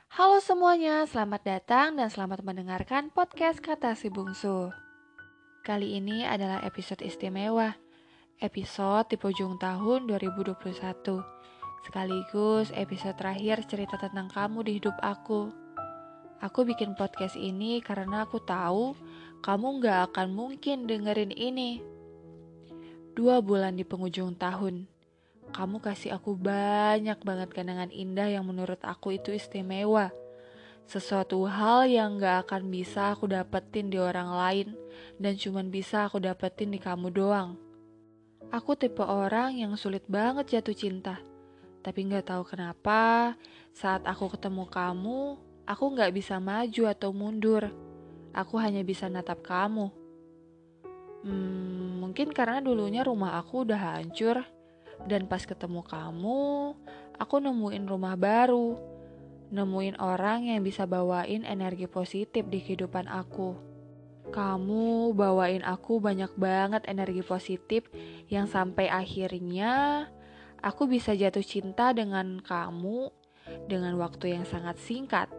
Halo semuanya, selamat datang dan selamat mendengarkan podcast Kata Si Bungsu. Kali ini adalah episode istimewa, episode di penghujung tahun 2021. Sekaligus episode terakhir cerita tentang kamu di hidup aku. Aku bikin podcast ini karena aku tahu kamu gak akan mungkin dengerin ini. 2 bulan di penghujung tahun. Kamu kasih aku banyak banget kenangan indah yang menurut aku itu istimewa. Sesuatu hal yang gak akan bisa aku dapetin di orang lain dan cuman bisa aku dapetin di kamu doang. Aku tipe orang yang sulit banget jatuh cinta. Tapi gak tahu kenapa saat aku ketemu kamu, aku gak bisa maju atau mundur. Aku hanya bisa natap kamu. Mungkin karena dulunya rumah aku udah hancur. Dan pas ketemu kamu, aku nemuin rumah baru. Nemuin orang yang bisa bawain energi positif di kehidupan aku. Kamu bawain aku banyak banget energi positif yang sampai akhirnya aku bisa jatuh cinta dengan kamu dengan waktu yang sangat singkat.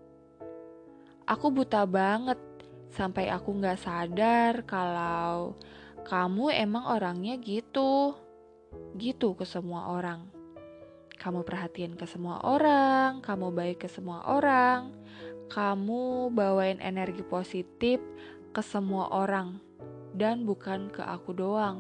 Aku buta banget sampai aku gak sadar kalau kamu emang orangnya gitu ke semua orang. Kamu perhatian ke semua orang, kamu baik ke semua orang, kamu bawain energi positif ke semua orang, dan bukan ke aku doang.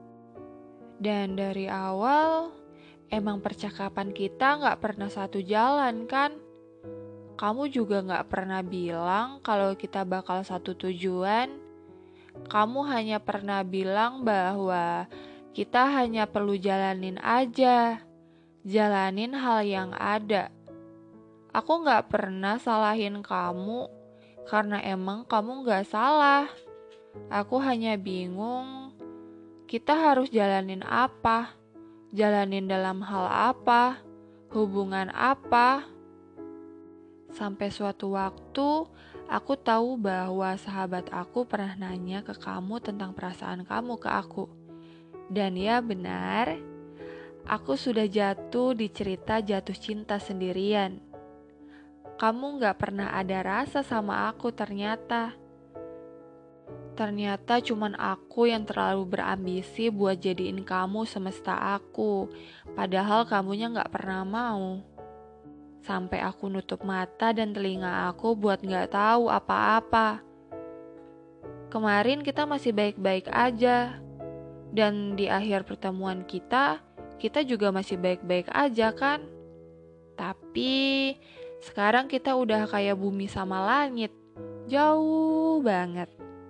Dan dari awal, emang percakapan kita gak pernah satu jalan kan? Kamu juga gak pernah bilang kalau kita bakal satu tujuan. Kamu hanya pernah bilang bahwa kita hanya perlu jalanin aja. Jalanin hal yang ada. Aku gak pernah salahin kamu karena emang kamu gak salah. Aku hanya bingung kita harus jalanin apa. Jalanin dalam hal apa. Hubungan apa. Sampai suatu waktu aku tahu bahwa sahabat aku pernah nanya ke kamu tentang perasaan kamu ke aku. Dan ya benar, aku sudah jatuh di cerita jatuh cinta sendirian. Kamu gak pernah ada rasa sama aku ternyata. Ternyata cuman aku yang terlalu berambisi buat jadiin kamu semesta aku. Padahal kamunya gak pernah mau. Sampai aku nutup mata dan telinga aku buat gak tahu apa-apa. Kemarin kita masih baik-baik aja. Dan di akhir pertemuan kita juga masih baik-baik aja kan? Tapi sekarang kita udah kayak bumi sama langit, jauh banget.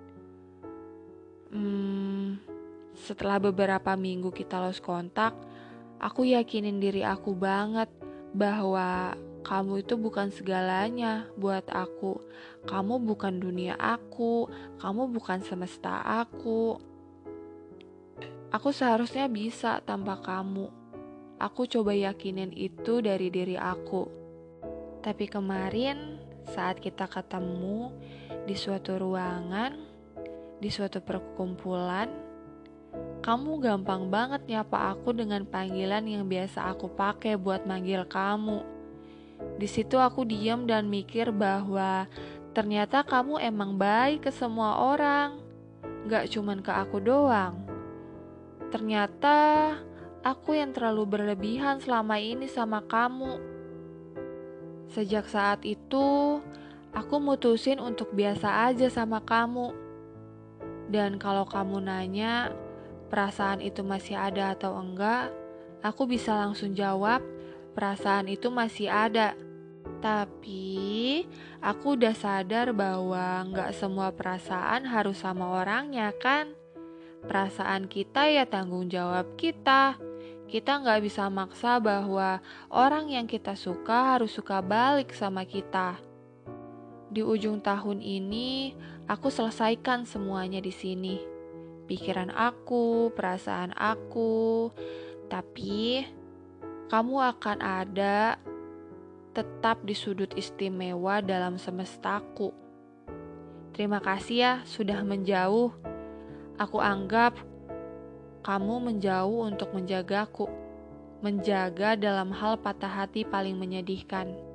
Setelah beberapa minggu kita lost kontak, aku yakinin diri aku banget bahwa kamu itu bukan segalanya buat aku. Kamu bukan dunia aku, kamu bukan semesta aku. Aku seharusnya bisa tanpa kamu. Aku coba yakinin itu dari diri aku. Tapi kemarin saat kita ketemu di suatu ruangan, di suatu perkumpulan, kamu gampang banget nyapa aku dengan panggilan yang biasa aku pakai buat manggil kamu. Di situ aku diam dan mikir bahwa ternyata kamu emang baik ke semua orang, gak cuman ke aku doang. Ternyata aku yang terlalu berlebihan selama ini sama kamu. Sejak saat itu, aku mutusin untuk biasa aja sama kamu. Dan kalau kamu nanya, perasaan itu masih ada atau enggak, aku bisa langsung jawab, perasaan itu masih ada. Tapi, aku udah sadar bahwa enggak semua perasaan harus sama orangnya kan? Perasaan kita ya tanggung jawab kita. Kita gak bisa maksa bahwa orang yang kita suka harus suka balik sama kita. Di ujung tahun ini, aku selesaikan semuanya di sini. Pikiran aku, perasaan aku. Tapi, kamu akan ada tetap di sudut istimewa dalam semestaku. Terima kasih ya sudah menjauh. Aku anggap kamu menjauh untuk menjagaku. Menjaga dalam hal patah hati paling menyedihkan.